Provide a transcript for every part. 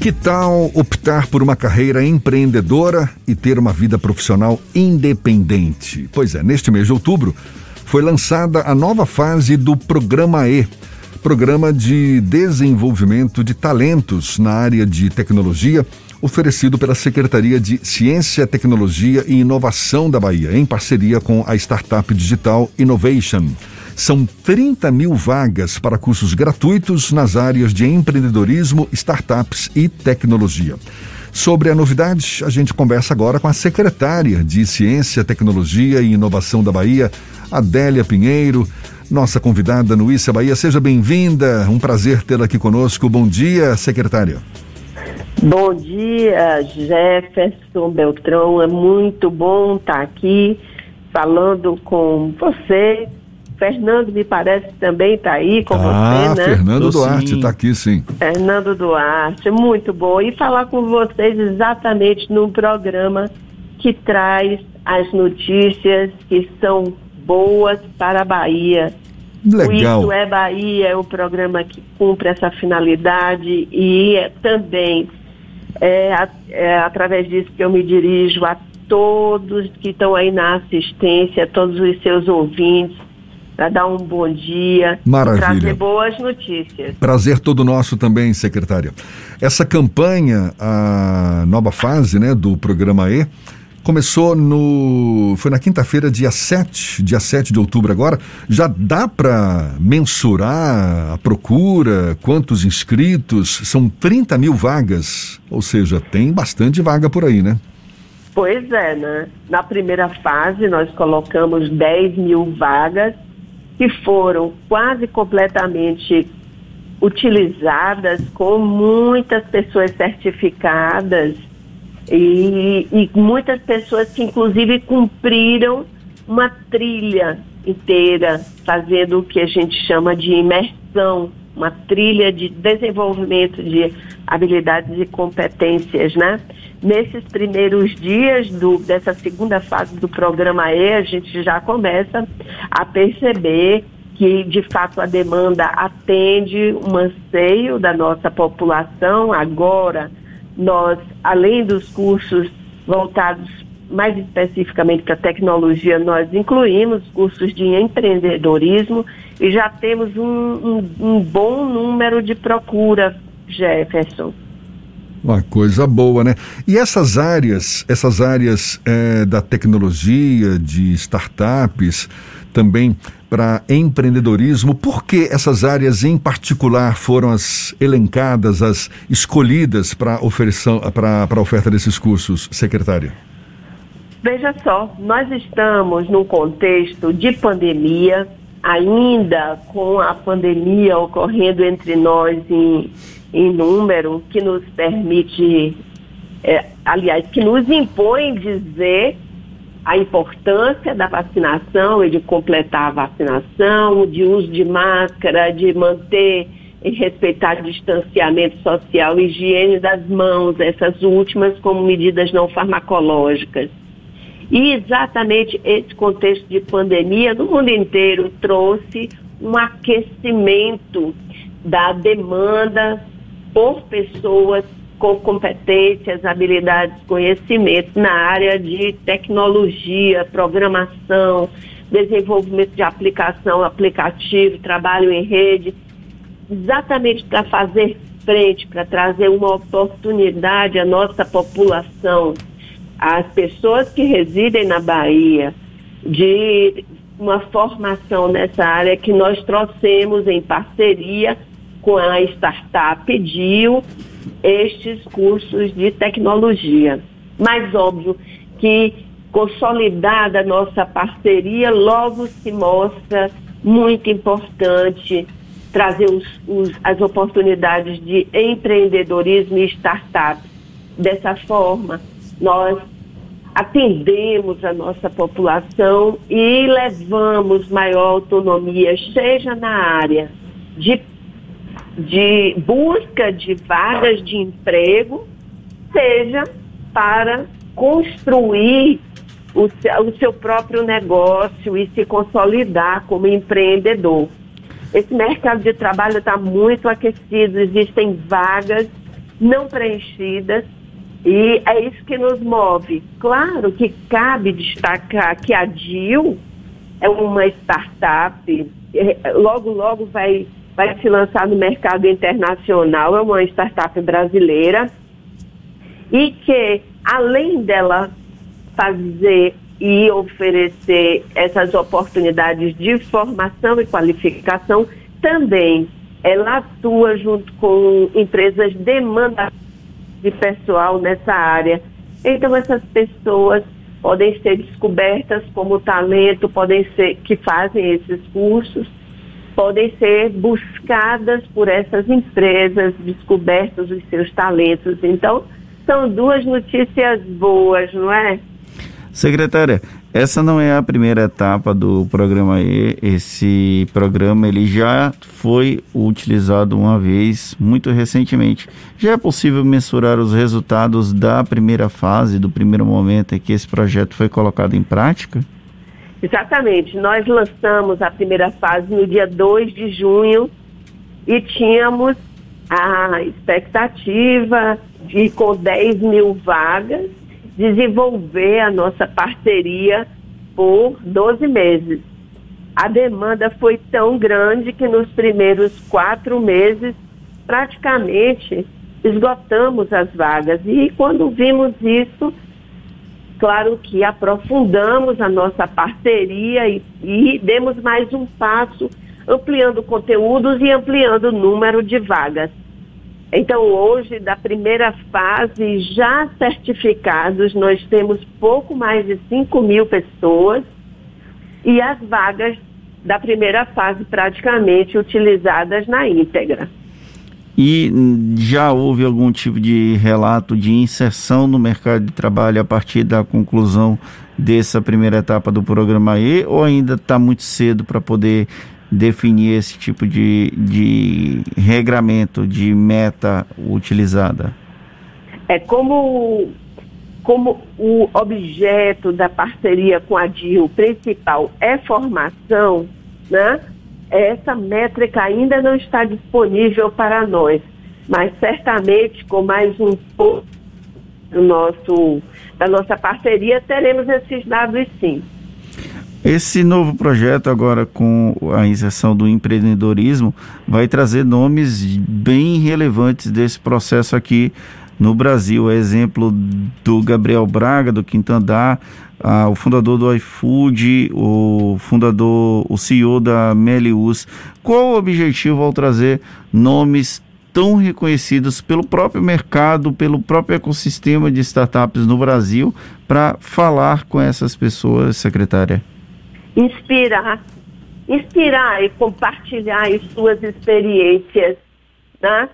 Que tal optar por uma carreira empreendedora e ter uma vida profissional independente? Pois é, neste mês de outubro foi lançada a nova fase do Programa E, Programa de Desenvolvimento de Talentos na área de tecnologia, oferecido pela Secretaria de Ciência, Tecnologia e Inovação da Bahia, em parceria com a startup digital Innovation. São 30 mil vagas para cursos gratuitos nas áreas de empreendedorismo, startups e tecnologia. Sobre a novidade, a gente conversa agora com a secretária de Ciência, Tecnologia e Inovação da Bahia, Adélia Pinheiro, nossa convidada no Issa Bahia. Seja bem-vinda, um prazer tê-la aqui conosco. Bom dia, secretária. Bom dia, Jefferson Beltrão. É muito bom estar aqui falando com você. Fernando, me parece, também está aí com você, né? Fernando Duarte está aqui, sim. Fernando Duarte, muito bom. E falar com vocês exatamente num programa que traz as notícias que são boas para a Bahia. Legal. O Isso é Bahia é o programa que cumpre essa finalidade e também através disso que eu me dirijo a todos que estão aí na assistência, todos os seus ouvintes, para dar um bom dia. Maravilha. E trazer boas notícias. Prazer todo nosso também, secretária. Essa campanha, a nova fase, né, do Programa E, começou foi na quinta-feira, dia 7 de outubro agora. Já dá para mensurar a procura, quantos inscritos? São 30 mil vagas, ou seja, tem bastante vaga por aí, né? Pois é, né? Na primeira fase nós colocamos 10 mil vagas que foram quase completamente utilizadas, com muitas pessoas certificadas e muitas pessoas que inclusive cumpriram uma trilha inteira, fazendo o que a gente chama de imersão, uma trilha de desenvolvimento de habilidades e competências, né? Nesses primeiros dias dessa segunda fase do Programa E, a gente já começa a perceber que, de fato, a demanda atende um anseio da nossa população. Agora, nós, além dos cursos voltados mais especificamente para tecnologia, nós incluímos cursos de empreendedorismo e já temos um bom número de procura, Jefferson. Uma coisa boa, né? E essas áreas da tecnologia, de startups, também para empreendedorismo, por que essas áreas em particular foram as elencadas, as escolhidas para a oferta desses cursos, secretária? Veja só, nós estamos num contexto de pandemia, ainda com a pandemia ocorrendo entre nós em número, que nos permite, que nos impõe dizer a importância da vacinação e de completar a vacinação, de uso de máscara, de manter e respeitar o distanciamento social, higiene das mãos, essas últimas como medidas não farmacológicas. E exatamente esse contexto de pandemia no mundo inteiro trouxe um aquecimento da demanda por pessoas com competências, habilidades, conhecimentos na área de tecnologia, programação, desenvolvimento de aplicativo, trabalho em rede, exatamente para fazer frente, para trazer uma oportunidade à nossa população, às pessoas que residem na Bahia, de uma formação nessa área que nós trouxemos em parceria com a startup DIO, estes cursos de tecnologia. Mas óbvio que, consolidada a nossa parceria, logo se mostra muito importante trazer as oportunidades de empreendedorismo e startup. Dessa forma, nós atendemos a nossa população e levamos maior autonomia, seja na área de busca de vagas de emprego, seja para construir o seu próprio negócio e se consolidar como empreendedor. Esse mercado de trabalho está muito aquecido, existem vagas não preenchidas, e é isso que nos move. Claro que cabe destacar que a DIL é uma startup, logo vai se lançar no mercado internacional, é uma startup brasileira, e que, além dela fazer e oferecer essas oportunidades de formação e qualificação, também ela atua junto com empresas demandadoras de pessoal nessa área. Então, essas pessoas podem ser descobertas como talento, podem ser que fazem esses cursos, podem ser buscadas por essas empresas, descobertos os seus talentos. Então, são duas notícias boas, não é? Secretária, essa não é a primeira etapa do programa E. Esse programa ele já foi utilizado uma vez, muito recentemente. Já é possível mensurar os resultados da primeira fase, do primeiro momento em que esse projeto foi colocado em prática? Exatamente. Nós lançamos a primeira fase no dia 2 de junho e tínhamos a expectativa de, com 10 mil vagas, desenvolver a nossa parceria por 12 meses. A demanda foi tão grande que nos primeiros 4 meses praticamente esgotamos as vagas. E quando vimos isso, claro que aprofundamos a nossa parceria e demos mais um passo, ampliando conteúdos e ampliando o número de vagas. Então, hoje, da primeira fase, já certificados, nós temos pouco mais de 5 mil pessoas e as vagas da primeira fase praticamente utilizadas na íntegra. E já houve algum tipo de relato de inserção no mercado de trabalho a partir da conclusão dessa primeira etapa do programa E, ou ainda está muito cedo para poder definir esse tipo de regramento, de meta utilizada? Como o objeto da parceria com a DIL principal é formação, né? Essa métrica ainda não está disponível para nós, mas certamente com mais um pouco da nossa parceria teremos esses dados sim. Esse novo projeto agora com a inserção do empreendedorismo vai trazer nomes bem relevantes desse processo aqui no Brasil. Exemplo do Gabriel Braga, do Quinto Andar, o fundador do iFood, o CEO da Melius. Qual o objetivo ao trazer nomes tão reconhecidos pelo próprio mercado, pelo próprio ecossistema de startups no Brasil, para falar com essas pessoas, secretária? Inspirar e compartilhar as suas experiências, né?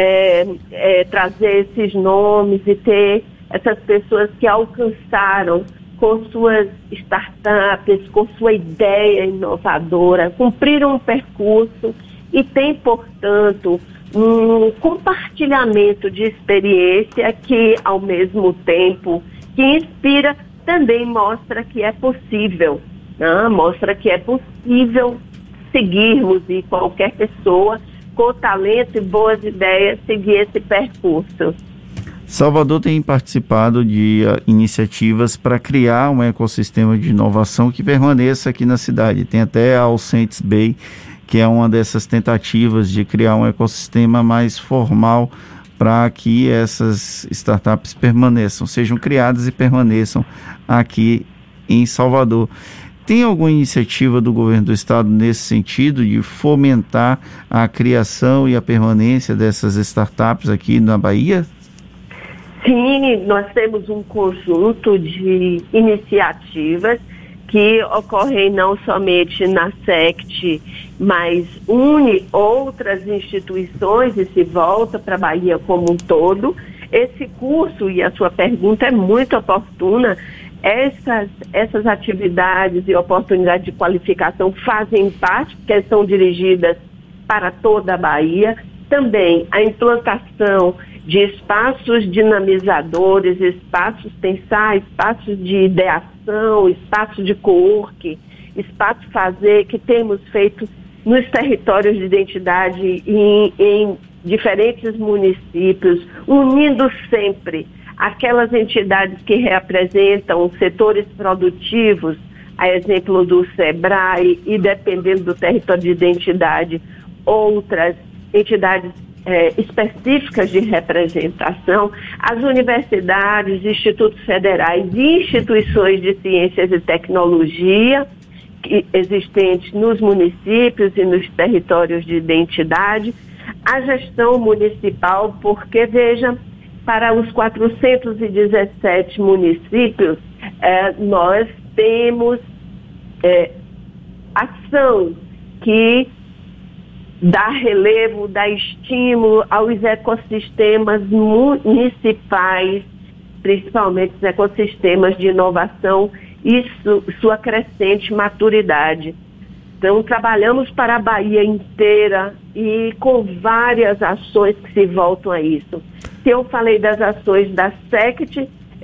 Trazer esses nomes e ter essas pessoas que alcançaram com suas startups, com sua ideia inovadora, cumpriram um percurso e tem, portanto, um compartilhamento de experiência que, ao mesmo tempo que inspira, também mostra que é possível. Mostra que é possível seguirmos e qualquer pessoa com talento e boas ideias seguir esse percurso. Salvador tem participado de iniciativas para criar um ecossistema de inovação que permaneça aqui na cidade. Tem até a All Saints Bay, que é uma dessas tentativas de criar um ecossistema mais formal para que essas startups permaneçam, sejam criadas e permaneçam aqui em Salvador. Tem alguma iniciativa do governo do estado nesse sentido de fomentar a criação e a permanência dessas startups aqui na Bahia? Sim, nós temos um conjunto de iniciativas que ocorrem não somente na SECT, mas une outras instituições e se volta para a Bahia como um todo. Esse curso, e a sua pergunta é muito oportuna, essas atividades e oportunidades de qualificação fazem parte, porque são dirigidas para toda a Bahia. Também a implantação de espaços dinamizadores, espaços de ideação, espaços de co-work, espaços fazer, que temos feito nos territórios de identidade e em diferentes municípios, unindo sempre aquelas entidades que representam setores produtivos, a exemplo do SEBRAE, e dependendo do território de identidade, outras entidades específicas de representação, as universidades, institutos federais e instituições de ciências e tecnologia existentes nos municípios e nos territórios de identidade, a gestão municipal, porque, veja, para os 417 municípios, nós temos ação que dá relevo, dá estímulo aos ecossistemas municipais, principalmente os ecossistemas de inovação e sua crescente maturidade. Então, trabalhamos para a Bahia inteira e com várias ações que se voltam a isso. Se eu falei das ações da SECT,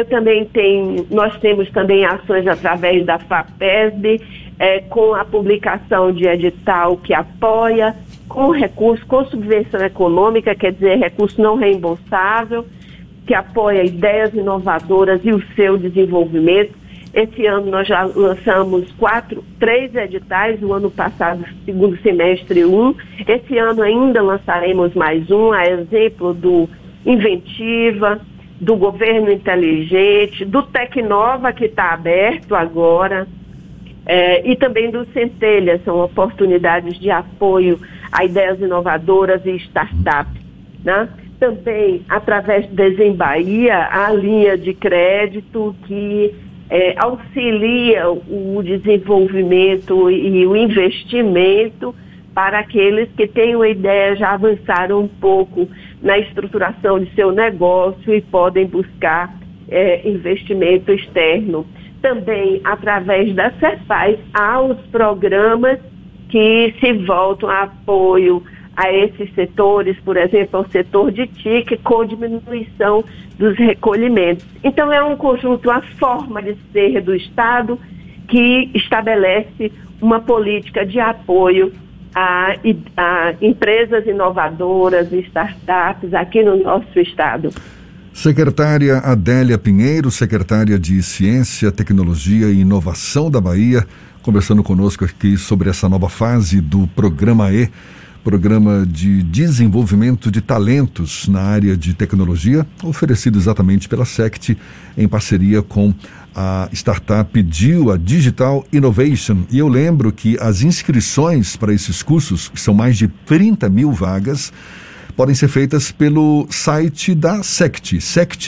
nós temos também ações através da FAPESB, com a publicação de edital que apoia, com recurso, com subvenção econômica, quer dizer, recurso não reembolsável, que apoia ideias inovadoras e o seu desenvolvimento. Esse ano nós já lançamos 3 editais, o ano passado, segundo semestre 1. Esse ano ainda lançaremos mais um, a exemplo do Inventiva, do Governo Inteligente, do Tecnova, que está aberto agora, e também do Centelha, são oportunidades de apoio a ideias inovadoras e startups, né? Também, através do Desembahia, a linha de crédito que auxilia o desenvolvimento e o investimento para aqueles que têm uma ideia, já avançaram um pouco na estruturação de seu negócio e podem buscar investimento externo. Também, através da Cefaz, há os programas que se voltam a apoio a esses setores, por exemplo, ao setor de TIC, com diminuição dos recolhimentos. Então, é um conjunto, a forma de ser do Estado, que estabelece uma política de apoio a empresas inovadoras e startups aqui no nosso Estado. Secretária Adélia Pinheiro, secretária de Ciência, Tecnologia e Inovação da Bahia, conversando conosco aqui sobre essa nova fase do Programa E, Programa de Desenvolvimento de Talentos na área de tecnologia, oferecido exatamente pela SECT, em parceria com a startup DIU, a Digital Innovation. E eu lembro que as inscrições para esses cursos, que são mais de 30 mil vagas, podem ser feitas pelo site da SECT,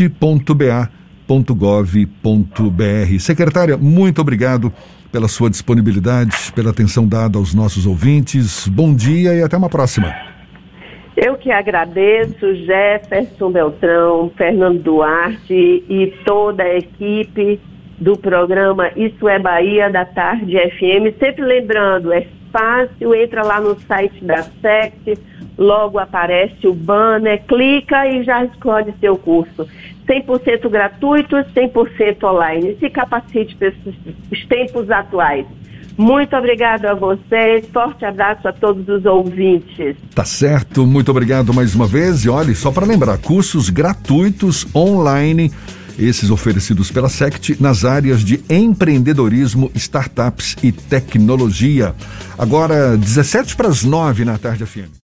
sect.ba.gov.br. Secretária, muito obrigado pela sua disponibilidade, pela atenção dada aos nossos ouvintes. Bom dia e até uma próxima. Eu que agradeço, Jefferson Beltrão, Fernando Duarte e toda a equipe do programa Isso é Bahia, da Tarde FM. Sempre lembrando, é fácil, entra lá no site da SECT, logo aparece o banner, clica e já escolhe seu curso. 100% gratuito, 100% online. Se capacite para os tempos atuais. Muito obrigado a vocês, forte abraço a todos os ouvintes. Tá certo, muito obrigado mais uma vez. E olha, só para lembrar, cursos gratuitos online, esses oferecidos pela SECT nas áreas de empreendedorismo, startups e tecnologia. Agora, 7:17 na Tarde FM.